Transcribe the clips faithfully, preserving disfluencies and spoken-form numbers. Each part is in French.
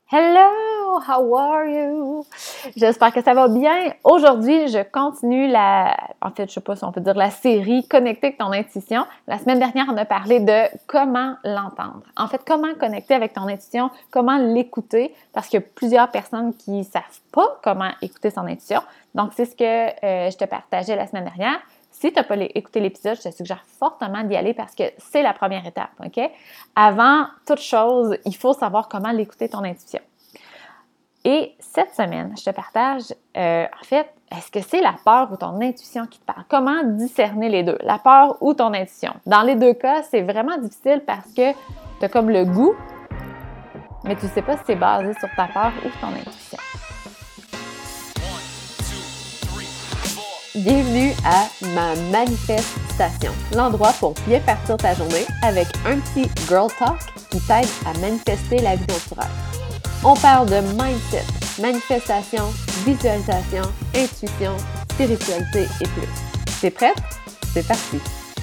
Hello, how are you? J'espère que ça va bien. Aujourd'hui, je continue la, en fait, je sais pas si on peut dire la série Connecter avec ton intuition. La semaine dernière, on a parlé de comment l'entendre. En fait, comment connecter avec ton intuition, comment l'écouter, parce qu'il y a plusieurs personnes qui savent pas comment écouter son intuition. Donc, c'est ce que euh, je te partageais la semaine dernière. Si tu n'as pas écouté l'épisode, je te suggère fortement d'y aller parce que c'est la première étape, OK? Avant toute chose, il faut savoir comment l'écouter ton intuition. Et cette semaine, je te partage, euh, en fait, est-ce que c'est la peur ou ton intuition qui te parle? Comment discerner les deux, la peur ou ton intuition? Dans les deux cas, c'est vraiment difficile parce que tu as comme le goût, mais tu ne sais pas si c'est basé sur ta peur ou ton intuition. Bienvenue à ma manifestation, l'endroit pour bien partir ta journée avec un petit girl talk qui t'aide à manifester la vie dont tu rêves. On parle de mindset, manifestation, visualisation, intuition, spiritualité et plus. T'es prête? C'est parti!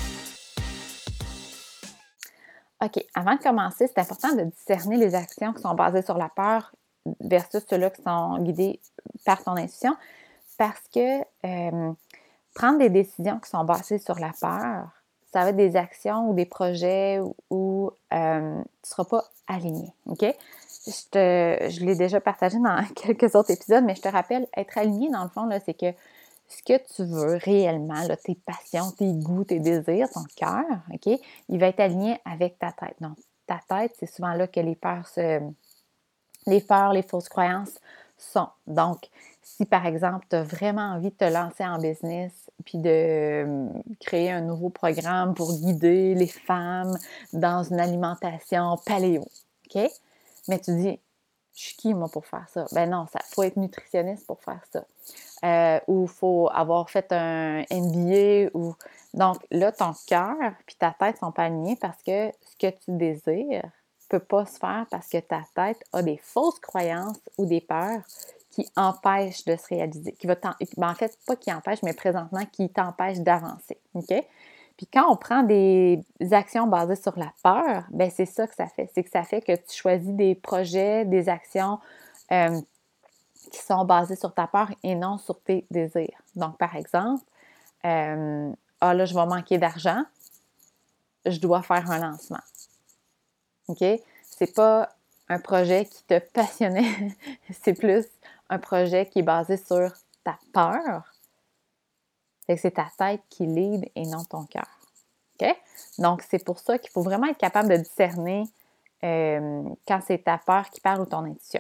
OK, avant de commencer, c'est important de discerner les actions qui sont basées sur la peur versus ceux-là qui sont guidés par ton intuition. Parce que euh, prendre des décisions qui sont basées sur la peur, ça va être des actions ou des projets où, où euh, tu ne seras pas aligné, OK? Je, te, je l'ai déjà partagé dans quelques autres épisodes, mais je te rappelle, être aligné, dans le fond, là, c'est que ce que tu veux réellement, là, tes passions, tes goûts, tes désirs, ton cœur, OK? Il va être aligné avec ta tête. Donc, ta tête, c'est souvent là que les peurs se... les peurs, les fausses croyances sont. Donc, si par exemple, tu as vraiment envie de te lancer en business puis de euh, créer un nouveau programme pour guider les femmes dans une alimentation paléo, OK? Mais tu dis, je suis qui, moi, pour faire ça? Ben non, il faut être nutritionniste pour faire ça. Euh, ou il faut avoir fait un M B A. Ou... Donc, là, ton cœur puis ta tête sont pas alignés parce que ce que tu désires peut pas se faire parce que ta tête a des fausses croyances ou des peurs qui empêchent de se réaliser. Qui va ben en fait, pas qui empêchent, mais présentement, qui t'empêchent d'avancer. OK? Puis quand on prend des actions basées sur la peur, ben c'est ça que ça fait. C'est que ça fait que tu choisis des projets, des actions euh, qui sont basées sur ta peur et non sur tes désirs. Donc, par exemple, euh, ah là, je vais manquer d'argent, je dois faire un lancement. OK? C'est pas un projet qui te passionnait, c'est plus un projet qui est basé sur ta peur. Fait que c'est ta tête qui lead et non ton cœur. OK? Donc, c'est pour ça qu'il faut vraiment être capable de discerner euh, quand c'est ta peur qui parle ou ton intuition.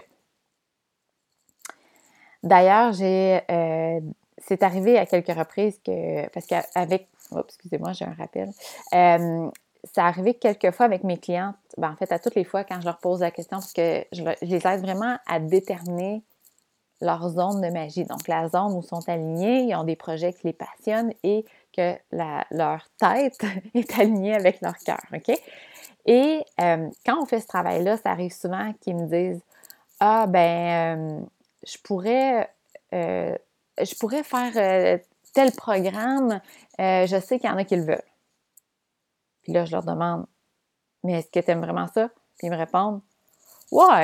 D'ailleurs, j'ai euh, c'est arrivé à quelques reprises que, parce qu'avec, oh, excusez-moi, j'ai un rappel, euh, ça arrivé quelques fois avec mes clientes, ben, en fait, à toutes les fois quand je leur pose la question, parce que je, je les aide vraiment à déterminer leur zone de magie. Donc, la zone où ils sont alignés, ils ont des projets qui les passionnent et que la, leur tête est alignée avec leur cœur, OK? Et euh, quand on fait ce travail-là, ça arrive souvent qu'ils me disent « Ah, ben, euh, je pourrais, euh, je pourrais faire euh, tel programme, euh, je sais qu'il y en a qui le veulent. » Puis là, je leur demande « Mais est-ce que tu aimes vraiment ça? » Puis ils me répondent « Ouais! »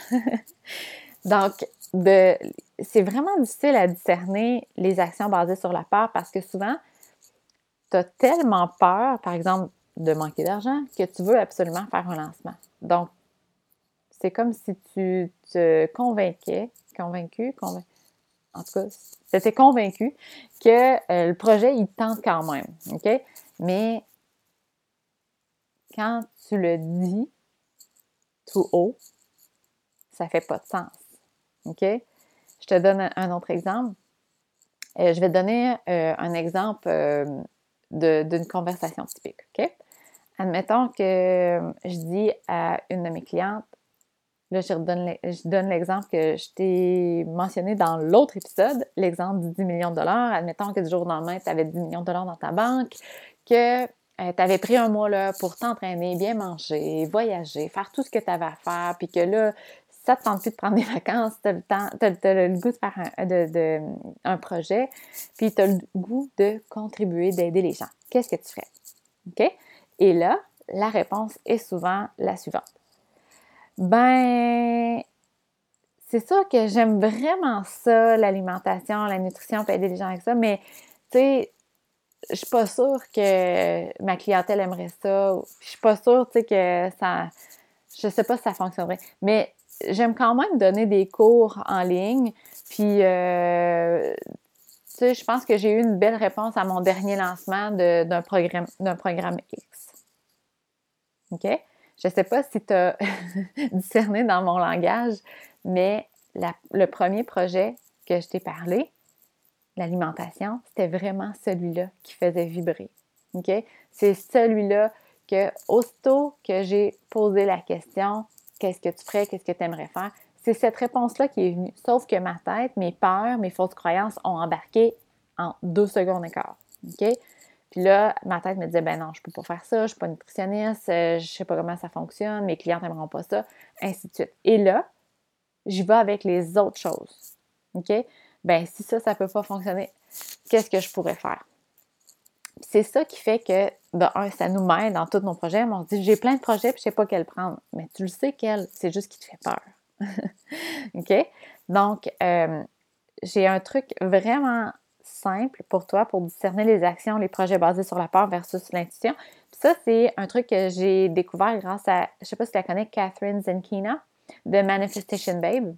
Donc, de, c'est vraiment difficile à discerner les actions basées sur la peur parce que souvent, tu as tellement peur, par exemple, de manquer d'argent, que tu veux absolument faire un lancement. Donc, c'est comme si tu te convainquais, convaincu, convaincu, en tout cas, tu étais convaincu que euh, le projet, il tente quand même, OK? Mais quand tu le dis tout haut, ça fait pas de sens, OK? Je te donne un autre exemple. Euh, je vais te donner euh, un exemple euh, de, d'une conversation typique, OK? Admettons que je dis à une de mes clientes, là, je, redonne, je donne l'exemple que je t'ai mentionné dans l'autre épisode, l'exemple du dix millions de dollars. Admettons que du jour au lendemain, tu avais dix millions de dollars dans ta banque, que euh, tu avais pris un mois là, pour t'entraîner, bien manger, voyager, faire tout ce que tu avais à faire, puis que là, ça te tente plus de prendre des vacances, tu as le temps, tu as le goût de faire un, de, de, un projet, puis tu as le goût de contribuer, d'aider les gens. Qu'est-ce que tu ferais? OK? Et là, la réponse est souvent la suivante. Ben, c'est sûr que j'aime vraiment ça, l'alimentation, la nutrition, puis aider les gens avec ça, mais tu sais, je suis pas sûre que ma clientèle aimerait ça. Je suis pas sûre, tu sais, que ça... Je sais pas si ça fonctionnerait. Mais j'aime quand même donner des cours en ligne. Puis, euh, tu sais, je pense que j'ai eu une belle réponse à mon dernier lancement de, d'un programme, d'un programme X. OK? Je sais pas si tu as discerné dans mon langage, mais la, le premier projet que je t'ai parlé, l'alimentation, c'était vraiment celui-là qui faisait vibrer. OK? C'est celui-là que, aussitôt que j'ai posé la question, qu'est-ce que tu ferais, qu'est-ce que tu aimerais faire, c'est cette réponse-là qui est venue. Sauf que ma tête, mes peurs, mes fausses croyances ont embarqué en deux secondes et quart. OK? Puis là, ma tête me disait, ben non, je peux pas faire ça, je suis pas nutritionniste, euh, je sais pas comment ça fonctionne, mes clients n'aimeront pas ça, ainsi de suite. Et là, j'y vais avec les autres choses. OK? Ben si ça, ça peut pas fonctionner, qu'est-ce que je pourrais faire? Puis c'est ça qui fait que, de un, ça nous mène dans tous nos projets. On se dit, j'ai plein de projets, puis je sais pas quel prendre. Mais tu le sais quel, c'est juste qui te fait peur. OK? Donc, euh, j'ai un truc vraiment simple pour toi pour discerner les actions, les projets basés sur la peur versus l'intuition. Puis ça, c'est un truc que j'ai découvert grâce à, je sais pas si tu la connais, Catherine Zenkina, de Manifestation Babe.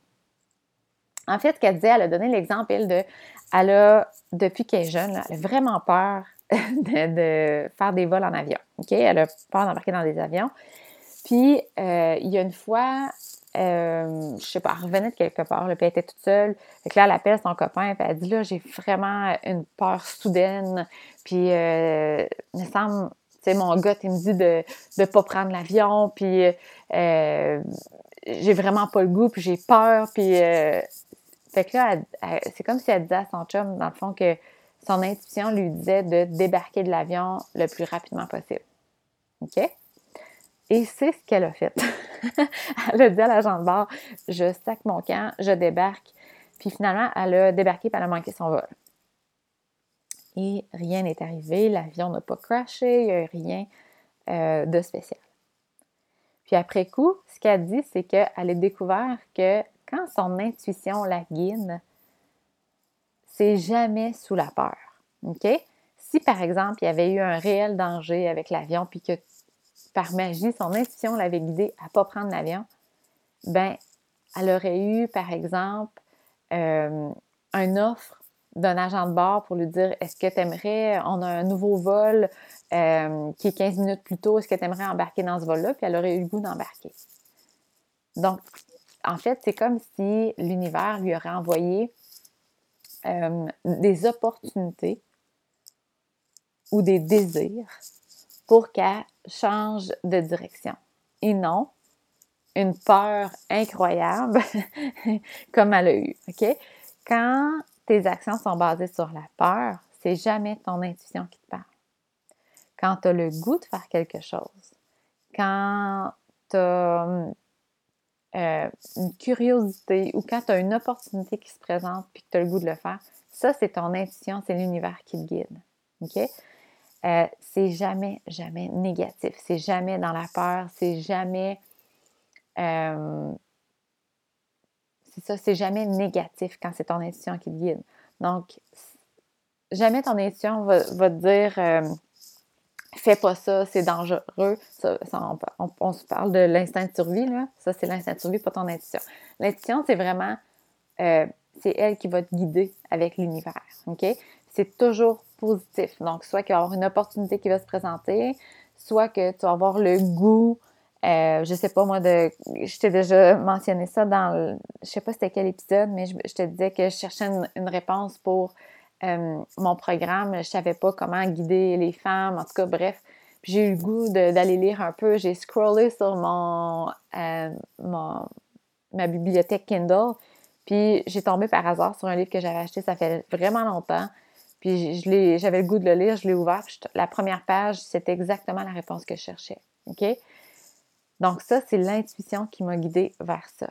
En fait, ce qu'elle disait, elle a donné l'exemple, elle, de, elle a, depuis qu'elle est jeune, là, elle a vraiment peur de, de faire des vols en avion. OK? Elle a peur d'embarquer dans des avions. Puis, euh, il y a une fois, euh, je sais pas, elle revenait de quelque part, là, puis elle était toute seule. Fait que là, elle appelle son copain, puis elle dit, là, j'ai vraiment une peur soudaine. Puis, euh, il me semble, tu sais, mon gars, il me dit de ne pas prendre l'avion, puis euh, j'ai vraiment pas le goût, puis j'ai peur, puis... Euh, fait que là, elle, elle, c'est comme si elle disait à son chum, dans le fond, que son intuition lui disait de débarquer de l'avion le plus rapidement possible. OK? Et c'est ce qu'elle a fait. Elle a dit à l'agent de bord, je sac mon camp, je débarque. Puis finalement, elle a débarqué et elle a manqué son vol. Et rien n'est arrivé, l'avion n'a pas crashé, il n'y a rien euh, de spécial. Puis après coup, ce qu'elle dit, c'est qu'elle a découvert que quand son intuition la guide, c'est jamais sous la peur. OK? Si, par exemple, il y avait eu un réel danger avec l'avion, puis que par magie, son intuition l'avait guidée à ne pas prendre l'avion, ben, elle aurait eu, par exemple, euh, une offre d'un agent de bord pour lui dire, est-ce que tu aimerais, on a un nouveau vol euh, qui est quinze minutes plus tôt, est-ce que tu aimerais embarquer dans ce vol-là? Puis elle aurait eu le goût d'embarquer. Donc, en fait, c'est comme si l'univers lui aurait envoyé euh, des opportunités ou des désirs pour qu'elle change de direction. Et non une peur incroyable comme elle a eu. OK? Quand tes actions sont basées sur la peur, c'est jamais ton intuition qui te parle. Quand tu as le goût de faire quelque chose, quand tu as euh, une curiosité ou quand tu as une opportunité qui se présente puis que tu as le goût de le faire, ça, c'est ton intuition, c'est l'univers qui te guide. OK? Euh, c'est jamais, jamais négatif. C'est jamais dans la peur. C'est jamais... Euh, c'est ça, c'est jamais négatif quand c'est ton intuition qui te guide. Donc, jamais ton intuition va, va te dire euh, fais pas ça, c'est dangereux. Ça, ça, on, on, on se parle de l'instinct de survie, là. Ça, c'est l'instinct de survie, pas ton intuition. L'intuition, c'est vraiment, euh, c'est elle qui va te guider avec l'univers, OK? C'est toujours positif. Donc, soit qu'il va y avoir une opportunité qui va se présenter, soit que tu vas avoir le goût, euh, je sais pas moi, de, je t'ai déjà mentionné ça dans, le, je sais pas c'était quel épisode, mais je, je te disais que je cherchais une, une réponse pour euh, mon programme. Je savais pas comment guider les femmes, en tout cas, bref. Puis j'ai eu le goût de, d'aller lire un peu. J'ai scrollé sur mon, euh, mon ma bibliothèque Kindle, puis j'ai tombé par hasard sur un livre que j'avais acheté, ça fait vraiment longtemps. Puis je l'ai, j'avais le goût de le lire, je l'ai ouvert, puis je, la première page, c'était exactement la réponse que je cherchais. OK? Donc ça, c'est l'intuition qui m'a guidée vers ça.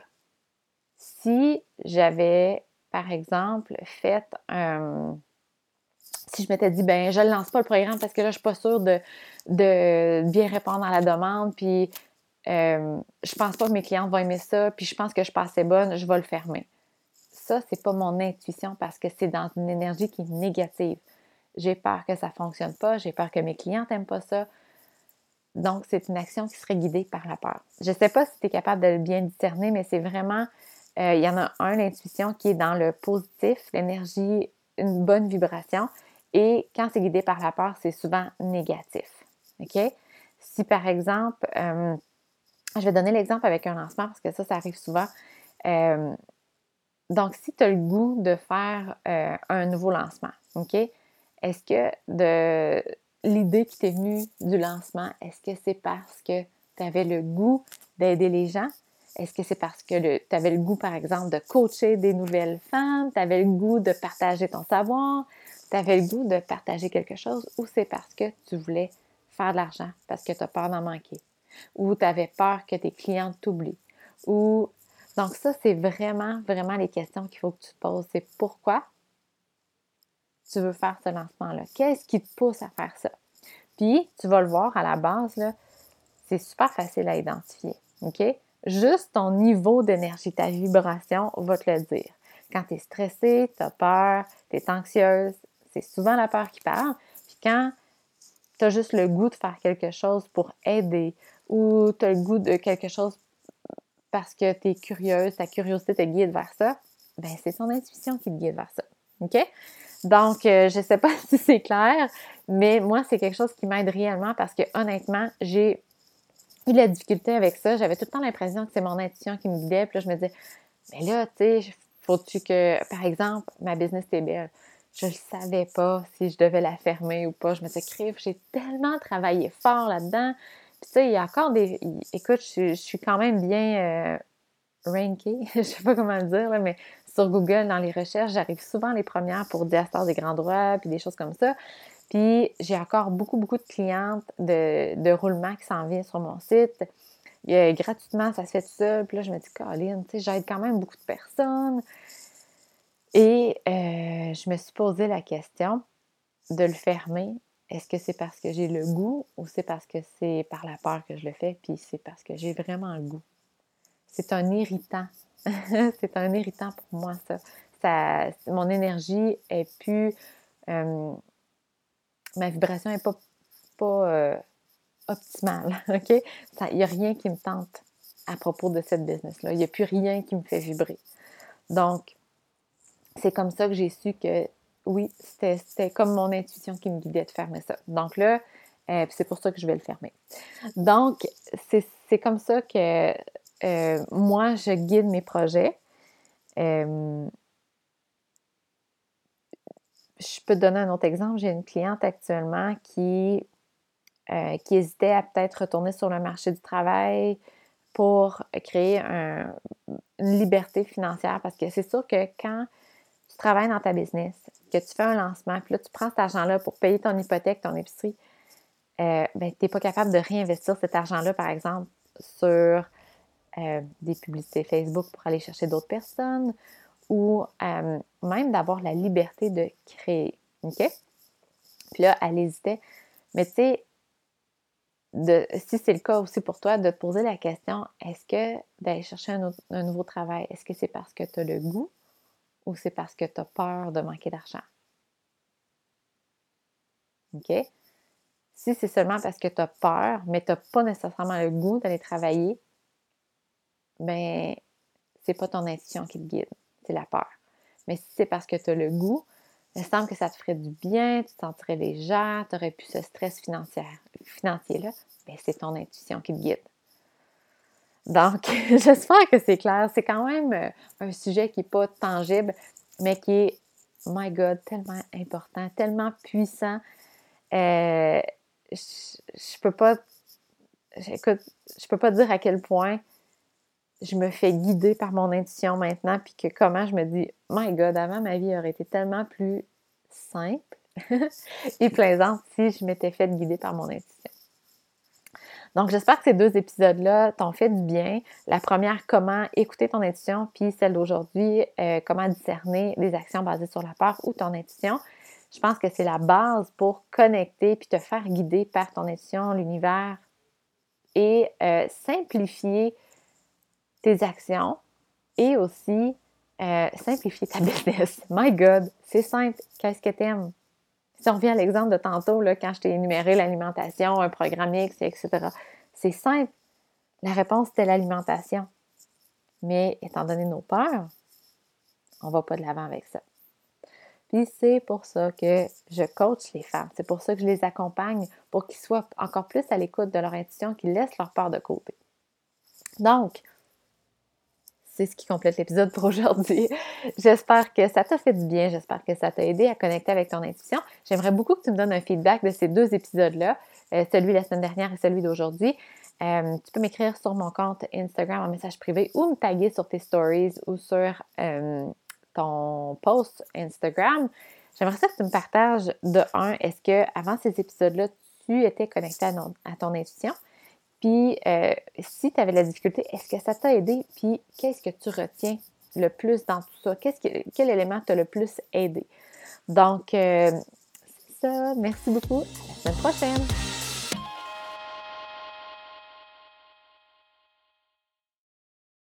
Si j'avais, par exemple, fait un... Si je m'étais dit, ben je ne lance pas le programme parce que là, je ne suis pas sûre de, de bien répondre à la demande, puis euh, je pense pas que mes clientes vont aimer ça, puis je pense que je suis pas assez bonne, je vais le fermer. Ça, c'est pas mon intuition parce que c'est dans une énergie qui est négative. J'ai peur que ça fonctionne pas, j'ai peur que mes clientes n'aiment pas ça. Donc, c'est une action qui serait guidée par la peur. Je ne sais pas si tu es capable de le bien discerner, mais c'est vraiment, euh, il y en a un, l'intuition, qui est dans le positif, l'énergie, une bonne vibration. Et quand c'est guidé par la peur, c'est souvent négatif. OK? Si, par exemple, euh, je vais donner l'exemple avec un lancement parce que ça, ça arrive souvent. Euh, donc, si tu as le goût de faire euh, un nouveau lancement, OK? Est-ce que de l'idée qui t'est venue du lancement, est-ce que c'est parce que tu avais le goût d'aider les gens? Est-ce que c'est parce que tu avais le goût, par exemple, de coacher des nouvelles femmes? Tu avais le goût de partager ton savoir? Tu avais le goût de partager quelque chose? Ou c'est parce que tu voulais faire de l'argent, parce que tu as peur d'en manquer? Ou tu avais peur que tes clients t'oublient? Ou... Donc ça, c'est vraiment, vraiment les questions qu'il faut que tu te poses. C'est pourquoi tu veux faire ce lancement-là? Qu'est-ce qui te pousse à faire ça? Puis, tu vas le voir à la base, là, c'est super facile à identifier, OK? Juste ton niveau d'énergie, ta vibration va te le dire. Quand tu es stressée, tu as peur, tu es anxieuse, c'est souvent la peur qui parle. Puis quand tu as juste le goût de faire quelque chose pour aider ou tu as le goût de quelque chose parce que tu es curieuse, ta curiosité te guide vers ça, bien, c'est ton intuition qui te guide vers ça, OK? Donc, euh, je ne sais pas si c'est clair, mais moi, c'est quelque chose qui m'aide réellement parce que honnêtement, j'ai eu de la difficulté avec ça. J'avais tout le temps l'impression que c'est mon intuition qui me guidait. Puis là, je me disais, mais là, tu sais, faut-tu que, par exemple, ma business est belle. Je ne savais pas si je devais la fermer ou pas. Je me disais, crif, j'ai tellement travaillé fort là-dedans. Puis ça, il y a encore des... Écoute, je, je suis quand même bien... Euh, rankée, je sais pas comment le dire, là, mais sur Google, dans les recherches, j'arrive souvent les premières pour Diastore des grands droits, puis des choses comme ça. Puis j'ai encore beaucoup, beaucoup de clientes de, de roulement qui s'en viennent sur mon site. Et, gratuitement, ça se fait tout seul. Puis là, je me dis, Caroline, tu sais, j'aide quand même beaucoup de personnes. Et euh, je me suis posé la question de le fermer. Est-ce que c'est parce que j'ai le goût ou c'est parce que c'est par la peur que je le fais, puis c'est parce que j'ai vraiment le goût? C'est un irritant. C'est un irritant pour moi, ça. ça mon énergie est plus... Euh, ma vibration n'est pas, pas euh, optimale, OK? Il n'y a rien qui me tente à propos de cette business-là. Il n'y a plus rien qui me fait vibrer. Donc, c'est comme ça que j'ai su que, oui, c'était, c'était comme mon intuition qui me guidait de fermer ça. Donc là, euh, c'est pour ça que je vais le fermer. Donc, c'est, c'est comme ça que... Euh, moi, je guide mes projets. Euh, je peux te donner un autre exemple. J'ai une cliente actuellement qui, euh, qui hésitait à peut-être retourner sur le marché du travail pour créer un, une liberté financière parce que c'est sûr que quand tu travailles dans ta business, que tu fais un lancement, puis là, tu prends cet argent-là pour payer ton hypothèque, ton épicerie, euh, ben, tu n'es pas capable de réinvestir cet argent-là, par exemple, sur Euh, des publicités Facebook pour aller chercher d'autres personnes ou euh, même d'avoir la liberté de créer. OK? Puis là, elle hésitait. Mais tu sais, de, si c'est le cas aussi pour toi, de te poser la question, est-ce que d'aller chercher un, autre, un nouveau travail, est-ce que c'est parce que tu as le goût ou c'est parce que tu as peur de manquer d'argent? OK? Si c'est seulement parce que tu as peur, mais tu n'as pas nécessairement le goût d'aller travailler, ben c'est pas ton intuition qui te guide, c'est la peur. Mais si c'est parce que tu as le goût, il me semble que ça te ferait du bien, tu te sentirais légère, tu n'aurais plus ce stress financier, financier-là, bien, c'est ton intuition qui te guide. Donc, j'espère que c'est clair. C'est quand même un sujet qui n'est pas tangible, mais qui est, my God, tellement important, tellement puissant. Euh, je, je peux pas, écoute, je peux pas dire à quel point je me fais guider par mon intuition maintenant, puis que comment je me dis, my God, avant, ma vie aurait été tellement plus simple et plaisante si je m'étais fait guider par mon intuition. Donc, j'espère que ces deux épisodes-là t'ont fait du bien. La première, comment écouter ton intuition, puis celle d'aujourd'hui, euh, comment discerner des actions basées sur la peur ou ton intuition. Je pense que c'est la base pour connecter puis te faire guider par ton intuition, l'univers, et euh, simplifier tes actions et aussi euh, simplifier ta business. My God, c'est simple. Qu'est-ce que t'aimes? Si on revient à l'exemple de tantôt, là, quand je t'ai énuméré l'alimentation, un programme X, et cetera, c'est simple. La réponse, c'était l'alimentation. Mais étant donné nos peurs, on ne va pas de l'avant avec ça. Puis c'est pour ça que je coach les femmes. C'est pour ça que je les accompagne pour qu'ils soient encore plus à l'écoute de leur intuition, qu'ils laissent leur peur de côté. Donc, c'est ce qui complète l'épisode pour aujourd'hui. J'espère que ça t'a fait du bien. J'espère que ça t'a aidé à connecter avec ton intuition. J'aimerais beaucoup que tu me donnes un feedback de ces deux épisodes-là, euh, celui de la semaine dernière et celui d'aujourd'hui. Euh, tu peux m'écrire sur mon compte Instagram en message privé ou me taguer sur tes stories ou sur euh, ton post Instagram. J'aimerais ça que tu me partages de un, est-ce que avant ces épisodes-là, tu étais connecté à, non, à ton intuition? Puis, euh, si tu avais de la difficulté, est-ce que ça t'a aidé? Puis, qu'est-ce que tu retiens le plus dans tout ça? Qu'est-ce que, quel élément t'a le plus aidé? Donc, euh, c'est ça. Merci beaucoup. À la semaine prochaine!